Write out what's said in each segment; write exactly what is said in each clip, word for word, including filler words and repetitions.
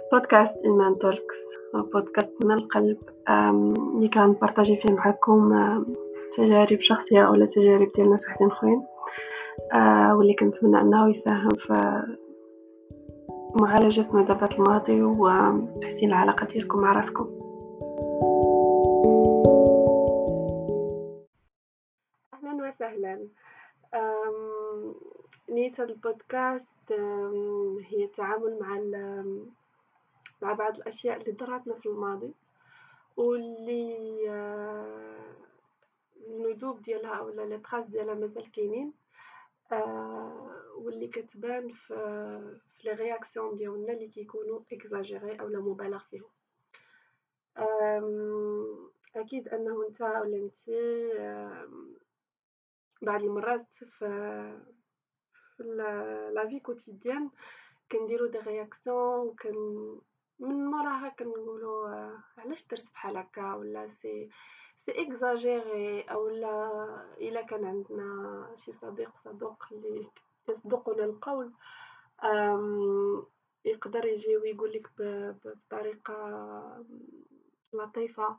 بودكاست إيمان تولكس، بودكاست من القلب اللي كان بارطاجي فيه معكم تجارب شخصية أو تجارب ديال ناس وحدين اخرين، واللي كنتمنى أنه يساهم في معالجة ندبات الماضي وتحسين العلاقة ديالكم مع راسكم. أهلا وسهلا. نية هذا البودكاست هي التعامل مع مع بعض الأشياء اللي ضرتنا في الماضي واللي الندوب ديالها أولا لي تراس ديالها مازال كاينين، واللي كتبان في في لي رياكسيون ديالنا اللي كيكونوا اكزاجيري اولا مبالغ فيهم. اكيد انه انت ولا انت بعض المرات في في لا في كوتيديان كنديروا دي رياكسيون وكن من موراها كنقولوا علاش درت بحال هكا، ولا سي سي اكزاجيري، اولا الا كان عندنا شي صديق صدوق اللي يصدقنا القول يقدر يجي ويقول لك بطريقه لطيفه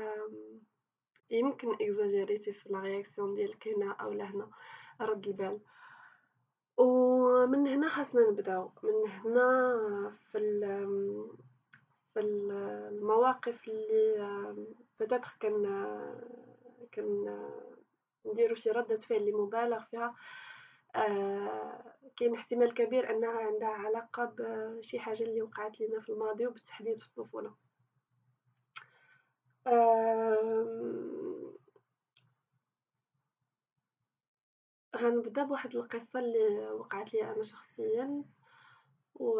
يمكن اكزاجيريتي في لا رياكسيون ديالك هنا او لهنا، رد البال. ومن هنا خاصنا نبداو من هنا في في المواقف اللي بدات كان كان نديرو شي ردة فعل اللي مبالغ فيها. آه كاين احتمال كبير انها عندها علاقه بشي حاجه اللي وقعت لنا في الماضي وبالتحديد في الطفوله. غنبدا بواحد القصه اللي وقعت لي انا شخصيا، و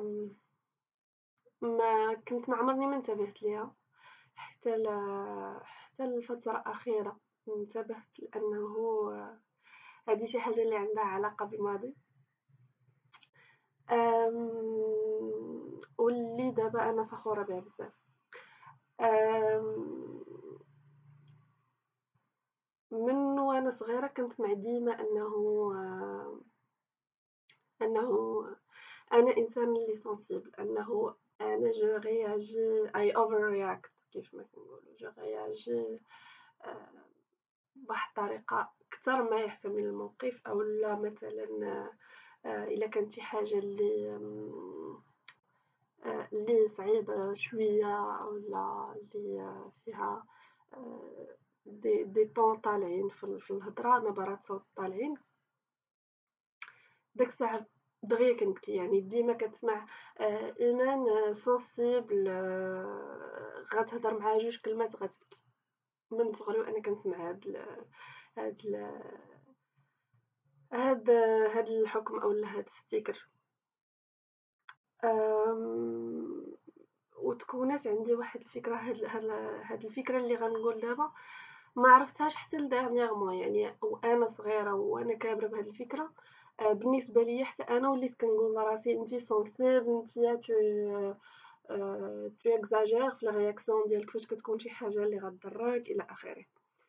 ما كنت ما عمرني ما انتبهت ليها حتى ل... حتى الفتره الاخيره انتبهت لانه هذه شي حاجه اللي عندها علاقه بالماضي، واللي دابا انا فخوره بها بزاف. من وانا صغيره كنسمع ديما انه انه انا انسان اللي سنسيبل، انه انا جو رياجي اي اوفر رياكت كيف ما كنقولوا، جو رياجي بواحد الطريقه اكثر ما يحتمل الموقف، او لا مثلا الا كانت شي حاجه اللي اللي صعيبه شويه اولا اللي فيها دي دي طون طالعين في الهضره، نبرات صوت طالعين، داك الساعه دغيا كنبكي. يعني ديما كتسمع آه ايمان سنسيبل، آه غتهضر مع جوج كلمات غتبكي. من صغري وانا كنسمع هاد هاد هاد هاد الحكم اولا هاد ستيكر. وتكونات عندي واحد الفكره، هاد هاد الفكره اللي غنقول دابا ما عرفتهاش حتى لديرنييرمون، يعني وانا صغيره وانا كابره بهاد الفكره. آه بالنسبه لي حتى انا وليت كنقول لراسي انتي سنسيبل، نتيا تو آه تو اكزاجير في الرياكسيون ديالك فاش كتكون شي حاجه اللي غضرك الى اخره.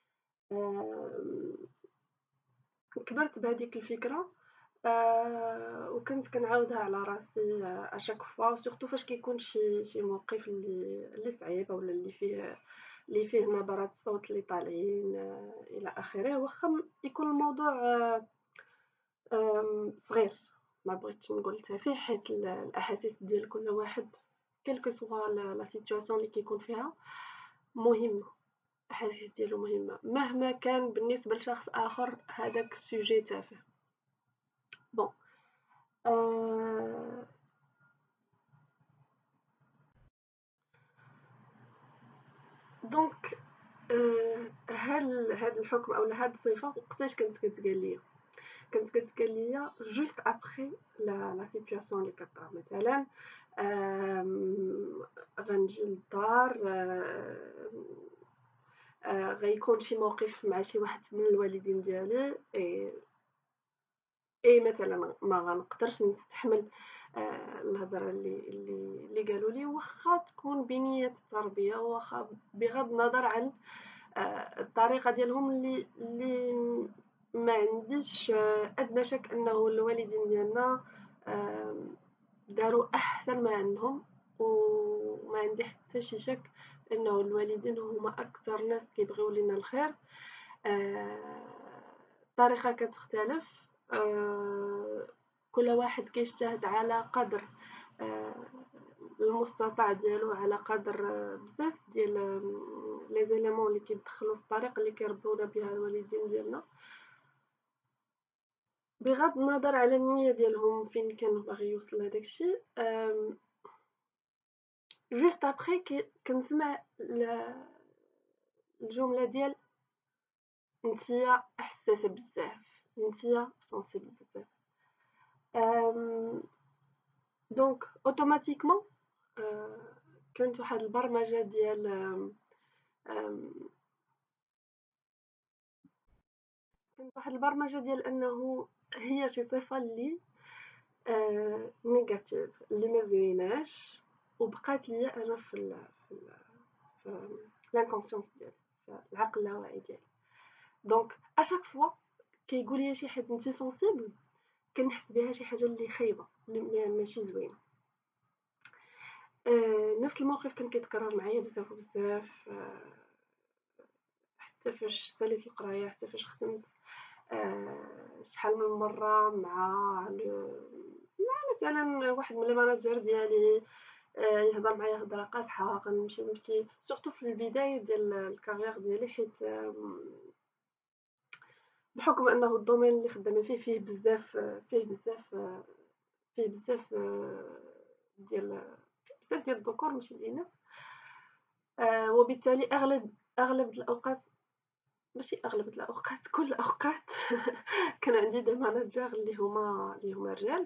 آه كبرت بهذيك الفكره، آه وكنت كنعاودها على راسي اشاك فوا، سورتو فاش كيكون شي شي موقف اللي اللي صعيب اولا اللي فيه اللي فيه نبرات الصوت اللي طالعين آه الى اخره. واخا يكون الموضوع آه صغير، ما بغيتش نقول تافه، حيت الاحاسيس ديال كل واحد كلكو سوا لا سيتوياسيون اللي كيكون فيها مهمه، الاحاسيس ديالو مهمه مهما كان بالنسبه لشخص اخر هذاك السوجي تافه. بون آه... دونك آه... هل هذا الحكم او هذه الصفه وقتاش كانت كتقال لي؟ كانت كتقال لي جوست ابري لا لا سيتوياسيون اللي كطرا. مثلا غنجي للدار، آه غيكون شي موقف مع شي واحد من الوالدين ديالي، اي اي مثلا ما غنقدرش نستحمل آه الهضره اللي اللي اللي قالوا لي، واخا تكون بنيه التربيه، واخا بغض النظر عن آه الطريقه ديالهم اللي اللي ما عنديش آه ادنى شك انه الوالدين ديالنا آه داروا احسن ما عندهم وما عندي حتى شي شك انه الوالدين هما اكثر ناس كيبغيو لينا الخير. آه، الطريقه كتختلف، آه، كل واحد كيجتهد على قدر آه، المستطاع ديالو، على قدر آه، بزاف ديال آه، لي زيليمون اللي كيدخلوا في الطريق اللي كيربونا بها الوالدين ديالنا، بغض النظر على النية ديالهم فين كان باغي يوصل لهداك الشيء. جوست ابخي كنسمع الجملة ديال نتيا حساسة بزاف، نتيا سونسيبل بزاف. دونك اوتوماتيكمون كانت واحد البرمجة ديال كانت واحد البرمجة ديال انه هي شي صفة اللي آه نيجاتيف، اللي ما زويناش، وبقات ليا انا في ال في ال في لانكونسيونس ديالي، في العقل اللاواعي ديالي. دونك اشاك فوا كيقول لي شي حد انت سونسيبل، كنحس بها شي حاجه اللي خايبه، اللي ماشي زوينه. آه نفس الموقف كان كيتكرر معايا بزاف وبزاف، آه حتى فاش ساليت القرايه، حتى فاش خدمت. آه شحال من مره مع مع مثلا واحد من الماناجر ديالي آه يهضر معايا هضره قاصحه، كنمشي نبكي سورتو في البدايه ديال الكارير ديالي، حيت آه بحكم انه الدومين اللي خدامه فيه فيه بزاف فيه بزاف فيه بزاف ديال فيه بزاف ديال الذكور ماشي الاناث، آه وبالتالي اغلب اغلب الاوقات، ماشي اغلب الاوقات، كل الاوقات كان عندي دي ماناجر اللي هما اللي هما رجال.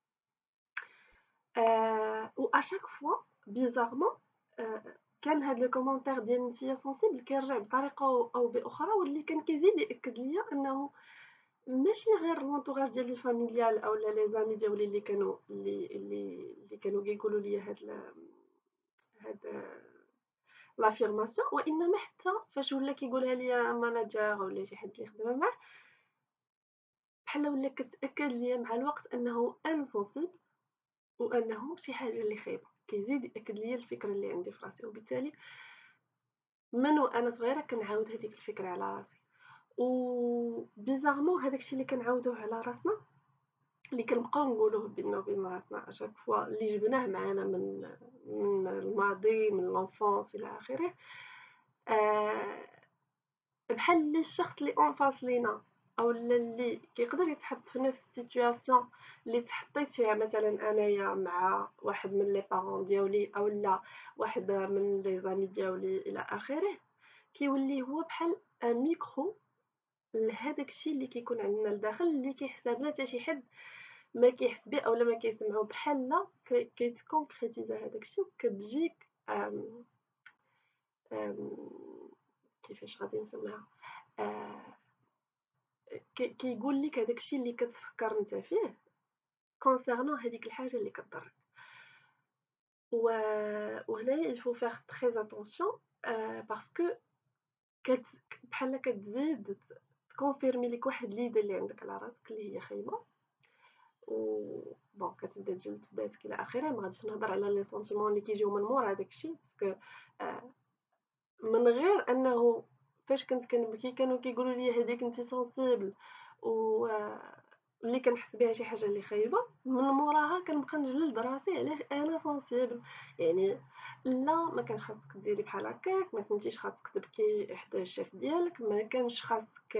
آه و اشاك فوا بيزارمون آه كان هاد لو كومونتير ديال نتيا سونسيبل كيرجع بطريقه او باخرى، واللي كان كيزيد ياكد ليا انه ماشي غير لونطوراج ديالي فاميليال او لا لي زامي ديالي اللي كانوا اللي اللي اللي كانوا كيقولوا لي هاد ال هاد لافيرماسيون، وانما حتى فاش ولا كيقولها ليا ماناجر ولا شي حد اللي خدامه معاه، بحال ولا كتاكد ليا مع الوقت انه انا سونسيبل، وانه شي حاجه اللي خايبه، كيزيد ياكد ليا الفكره اللي عندي في راسي. وبالتالي من وانا صغيره كنعاود هذيك الفكره على راسي، وبيزارمون هذاك الشيء اللي كنعاودوه على راسنا، اللي كنبقاو نقولوه بيننا وبين راسنا اشاك فوا، اللي جبناه معانا من من الماضي، من لونفونس الى اخره، آه بحال اللي الشخص اللي اونفاس لينا او اللي كيقدر يتحط في نفس السيتوياسيون اللي تحطيت فيها، مثلا انايا مع واحد من لي بارون ديالي او لا واحد من لي زامي ديالي الى اخره، كيولي هو بحال ان ميكرو لهداك الشيء اللي كيكون عندنا لداخل، اللي كيحسابنا حتى شي حد ما كيحس بيه اولا ما كيسمعو، بحال كيتكونكريتيزا هذاك الشيء، وكتجيك أم أم كيفاش غادي نسميها، أه كيقول لك هذاك الشيء اللي كتفكر انت فيه كونسيرنون هذيك الحاجه اللي كضرك. و وهنايا il faut faire très attention euh, parce que كت بحال كتزيد تكونفيرمي لك واحد ليدي اللي عندك على راسك اللي هي خايبه، و بون كتبدا تجلد في ذاتك الى اخره. ما غاديش نهضر على لي سونتيمون اللي كيجيو من مور هذاك الشيء، باسكو آه من غير انه فاش كنت كنبكي كانوا كيقولوا لي هذيك انت سنسيبل، و آه اللي كنحس بها شي حاجه اللي خايبه، من موراها كنبقى نجلد راسي علاش انا سنسيبل. يعني لا، ما كان خاصك ديري بحال هكاك، ما كنتيش خاصك تبكي حدا الشاف ديالك، ما كانش خاصك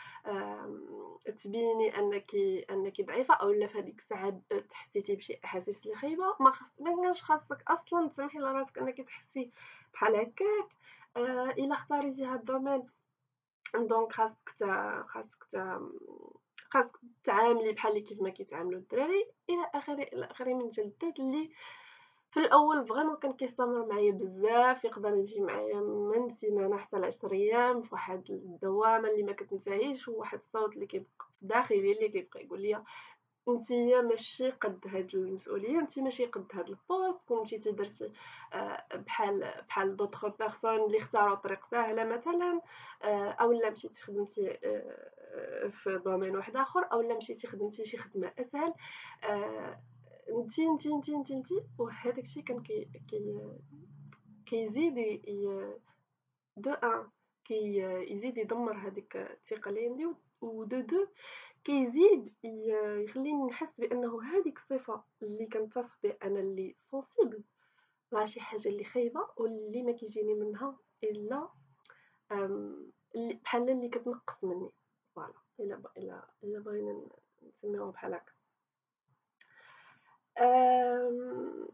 تبيني انك انك ضعيفه او لا في هذيك الساعه تحسيتي بشي احاسيس اللي خايبه، ما خاص ما كانش خاصك اصلا تسمحي لراسك انك تحسي بحال هكاك. آه الا اختاريتي هاد الدومين دونك خاصك تا خاصك تا خاصك تعاملي بحال كيف ما كيتعاملوا الدراري الى اخره الى اخره من جلدات اللي في الاول فريمون كان كيستمر معايا بزاف، يقدر يمشي معايا من سيمانه حتى لعشر ايام في واحد الدوامه اللي ما كتنتهيش، وواحد الصوت اللي كيبقى داخلي اللي كيبقى يقول لي نتيا ماشي قد هاد المسؤوليه، انت ماشي قد هاد البوست، كنتي درتي بحال بحال دوطخ بيرسون اللي اختاروا طريق سهله مثلا، او لا مشيتي خدمتي في دومين واحد اخر، او لا مشيتي خدمتي شي خدمه اسهل. انتي انتي انتي انتي انتي وهذاك الشيء كان كي كي كيزيد ي دو أن كي يزيد يدمر هذيك الثقة اللي عندي، و دو دو كيزيد ي- يخليني نحس بأنه هذيك الصفة اللي كنتصف بها أنا اللي سونسيبل راه شي حاجة اللي خايبة واللي ما كيجيني منها إلا أم، اللي بحال اللي كتنقص مني. فوالا إلا ب... إلا إلا بغينا ن- نسميوها بحال هكا. أم...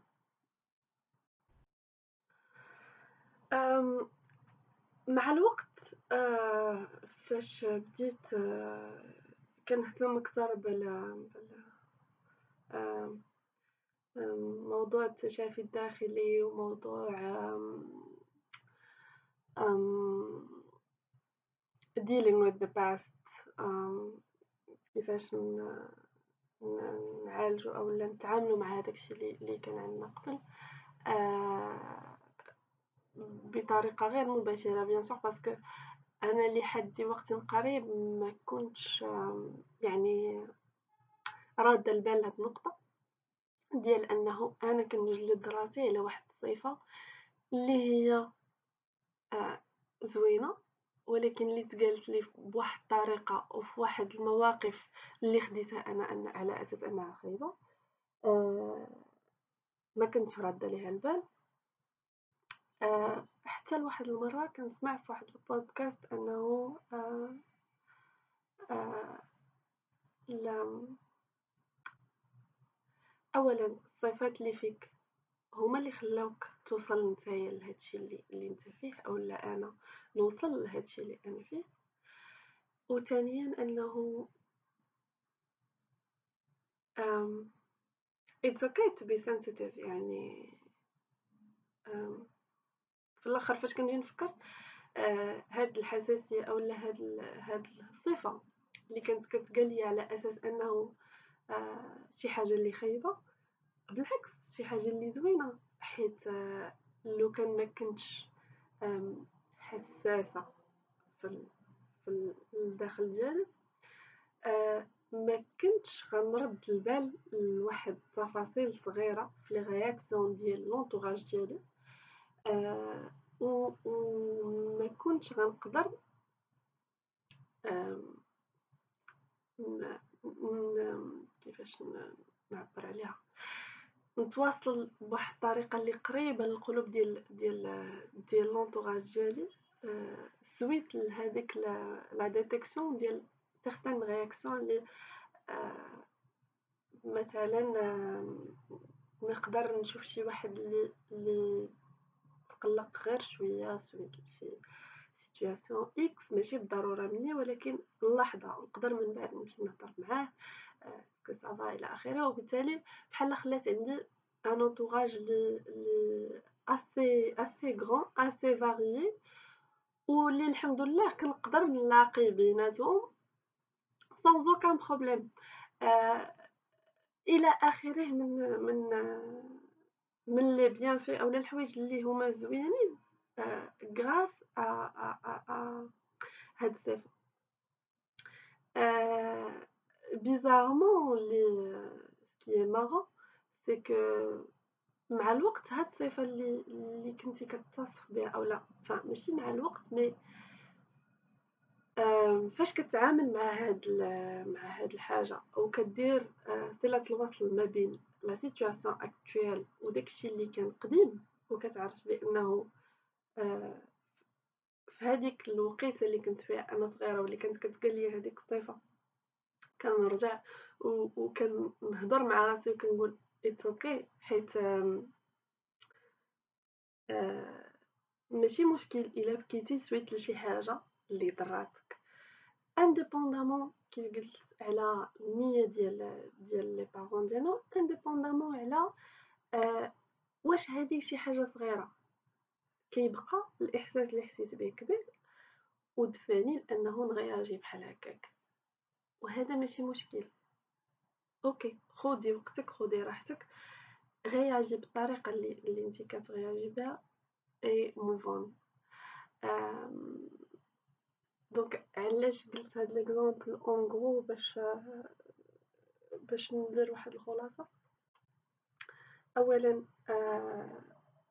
أم... مع الوقت آه، فاش بديت آه، كنهتم أكثر بال بال آم، آم، موضوع التشافي الداخلي وموضوع آم، آم، dealing with the past. آم، كيفاش ن- ن- نعالجو أو نتعاملو مع هداك الشي اللي اللي كان عندنا قبل آه، بطريقة غير مباشرة بيان سور، باسكو أنا لحد وقت قريب ما كنتش آم، يعني رادة البال هاد النقطة ديال أنه أنا كنجلد راسي على واحد الصفة اللي هي آه، زوينة، ولكن اللي تقالت لي بواحد الطريقة وفي واحد المواقف اللي خديتها أنا أن على أساس أنها خايبة. آه، ما كنتش رادة ليها البال. آه، حتى لواحد المرة كنسمع في واحد البودكاست أنه آه، آه، لا- أولا الصفات اللي فيك هما اللي خلاوك توصل نتايا لهادشي اللي اللي انت فيه او لا انا نوصل لهادشي اللي انا فيه. وثانيا انه um, it's okay to be sensitive. يعني um, في الاخر فاش كنجي نفكر آه هاد الحساسيه او لا هاد هاد الصفه اللي كانت كتقال لي على اساس انه آه شي حاجه اللي خايبه، بالعكس شي حاجه اللي زوينه، حيت آه لو كان ما كنتش آم، حساسه في ال- في الداخل ديالي آه ما كنتش غنرد البال لواحد التفاصيل صغيره في لي رياكسيون ديال لونطوراج ديالي. آه و وما كنتش غنقدر آم، ن- ن- كيفاش ن- نعبر عليها، نتواصل بواحد الطريقه اللي قريبه للقلوب ديال ديال ديال لونطوراج ديالي آه سويت لهذيك لا ديتيكسيون ديال سيغتان رياكسيون اللي آه مثلا آه نقدر نشوف شي واحد اللي اللي تقلق غير شويه سويت شي سيتوياسيون اكس ماشي بالضروره مني، ولكن اللحظه نقدر من بعد نمشي نهضر معاه اسكو صافا الى اخره. وبالتالي بحال خلات عندي ان انتوراج لي لي اسي اسي غران اسي فاريي، واللي الحمد لله كنقدر نلاقي بيناتهم sans aucun problème آه الى اخره من من آه من لي بيانفي اولا الحوايج اللي هما زوينين آه غراس ا ا ا ا هاد الصفه. آه bizarrement اللي ce qui est marrant c'est que مع الوقت هاد الصفه اللي اللي كنتي كتصف بها او لا enfin ماشي مع الوقت مي آم، فاش كتعامل مع هاد ال- مع هاد الحاجه او كدير آه، صله الوصل ما بين لا سيتوياسيون اكطويل وداكشي اللي كان قديم، وكتعرف بانه آه، في هذيك الوقيته اللي كنت فيها انا صغيره واللي كانت كتقال لي هذيك الصفه، كنرجع و- وكنهضر مع راسي وكنقول اتس اوكي حيت آم، آه، ماشي مشكل الا بكيتي سويت لشي حاجه اللي ضراتك انديبوندامون كيف قلت على النيه ديال ديال لي بارون ديالنا، انديبوندامون على آه واش هذه شي حاجه صغيره كيبقى الاحساس اللي حسيت به كبير ودفعني لانه نغياجي بحال هكاك، وهذا ماشي مشكل. اوكي خدي وقتك خدي راحتك غياجي بالطريقه اللي اللي انت كتغياجي بها اي موفون. دونك علاش قلت هاد ليكزامبل اون غرو باش باش ندير واحد الخلاصه. أولا آه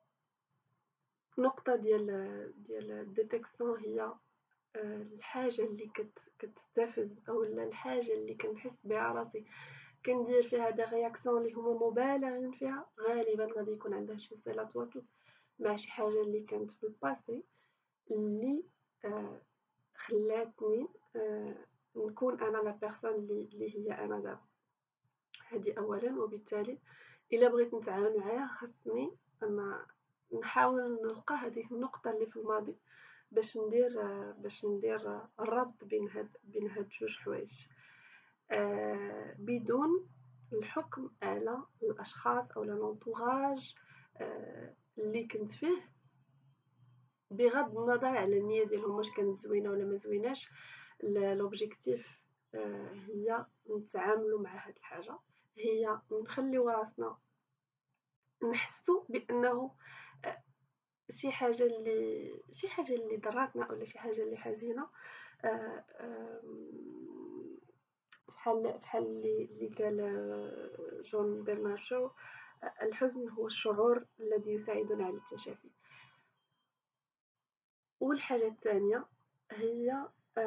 نقطة ديال ديال الديتيكسيون هي آه الحاجة اللي كت كتستفز أولا الحاجة اللي كنحس بها راسي كندير فيها دي رياكسيون اللي هما مبالغين فيها، غالبا غادي يكون عندها شي صلة وصل مع شي حاجة اللي كانت في الباسي اللي آه خلاتني آه نكون أنا لا بيرسون اللي, اللي هي أنا دابا. هذه أولا، وبالتالي إلا بغيت نتعامل معاها خاصني أن نحاول نلقى هذيك النقطة اللي في الماضي باش ندير باش ندير الربط بين هاد بين هاد جوج حوايج آه بدون الحكم على الأشخاص أو لونطوراج آه اللي كنت فيه، بغض النظر على النية ديالهم واش كانت زوينة ولا ما زويناش. لوبجيكتيف آه هي نتعاملوا مع هاد الحاجة، هي نخليو راسنا نحسو بأنه آه شي حاجة اللي شي حاجة اللي ضراتنا أو شي حاجة اللي حزينة آه بحال بحال اللي اللي قال جون برنارد شو، الحزن هو الشعور الذي يساعدنا على التشافي. والحاجة الثانية هي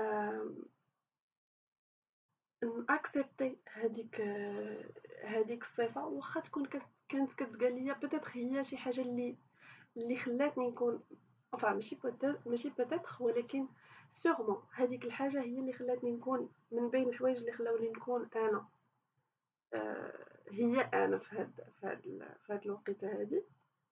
نأكسبتي هذيك هذيك الصفة واخا تكون كانت كتقال ليا بيتيتر هي شي حاجة اللي اللي خلاتني نكون enfin ماشي بوتيتر ماشي بيتيتر ولكن سيغمون هذيك الحاجة هي اللي خلاتني نكون من بين الحوايج اللي خلاوني نكون أنا آه هي أنا في هاد في هاد في هاد الوقيته هادي،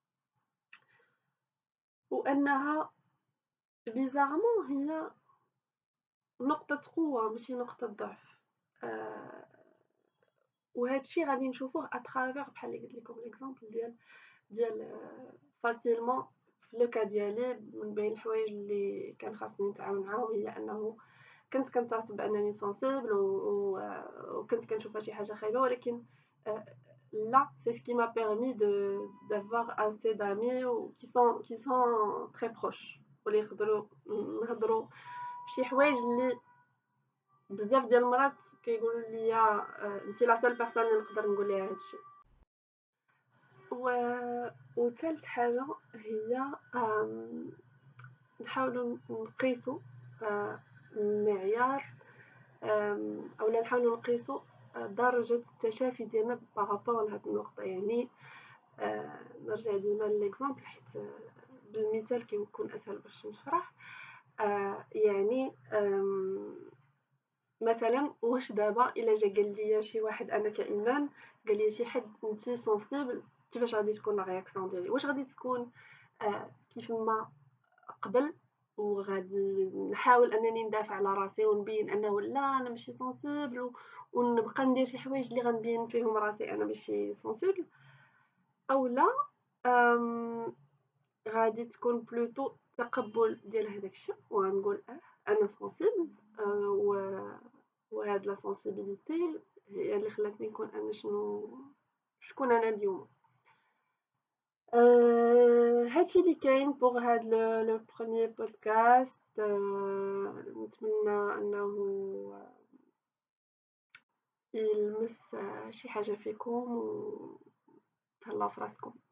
وأنها بيزارمون هي نقطة قوة ماشي نقطة ضعف. آه وهذا الشيء غادي نشوفوه اترافير بحال اللي قلت لكم ليكزامبل ديال ديال فاسيلمون في لو كا ديالي من بين الحوايج اللي كان خاصني نتعامل معاهم هي انه كنت كنتعصب بانني سنسيبل وكنت كنشوفها شي حاجه خايبه، ولكن لا سي سكي ما بيرمي دو دافوار اسي دامي كي سون كي سون تري بروش واللي يقدروا نهضروا فشي حوايج اللي بزاف ديال المرات كيقولوا لي انت لا سول بيرسون اللي نقدر نقول ليها هادشي. و وثالث حاجه هي نحاولوا نقيسوا معيار اولا نحاولوا نقيسوا درجه التشافي ديالنا بارابور لهاد النقطه. يعني نرجع ديما ليكزامبل حيت بالمثال كيكون اسهل باش نشرح. يعني مثلا واش دابا الا جا قال لي شي واحد انا كايمان قال لي شي حد انت سنسيبل كيفاش غادي تكون لا رياكسيون ديالي؟ واش غادي تكون آه كيف ما قبل وغادي نحاول انني ندافع على راسي ونبين انه لا انا ماشي سنسيبل ونبقى ندير شي حوايج اللي غنبين فيهم راسي انا ماشي سنسيبل، او لا غادي تكون بلوتو تقبل ديال هذاك الشيء وغنقول اه انا سنسيبل آه و وهاد لا سنسيبيليتي هي اللي خلاتني نكون انا شنو شكون انا اليوم. أه هادشي اللي كاين بوغ هاد لو بروميير بودكاست. أه نتمنى انه يلمس شي حاجه فيكم وتهلاو فراسكم.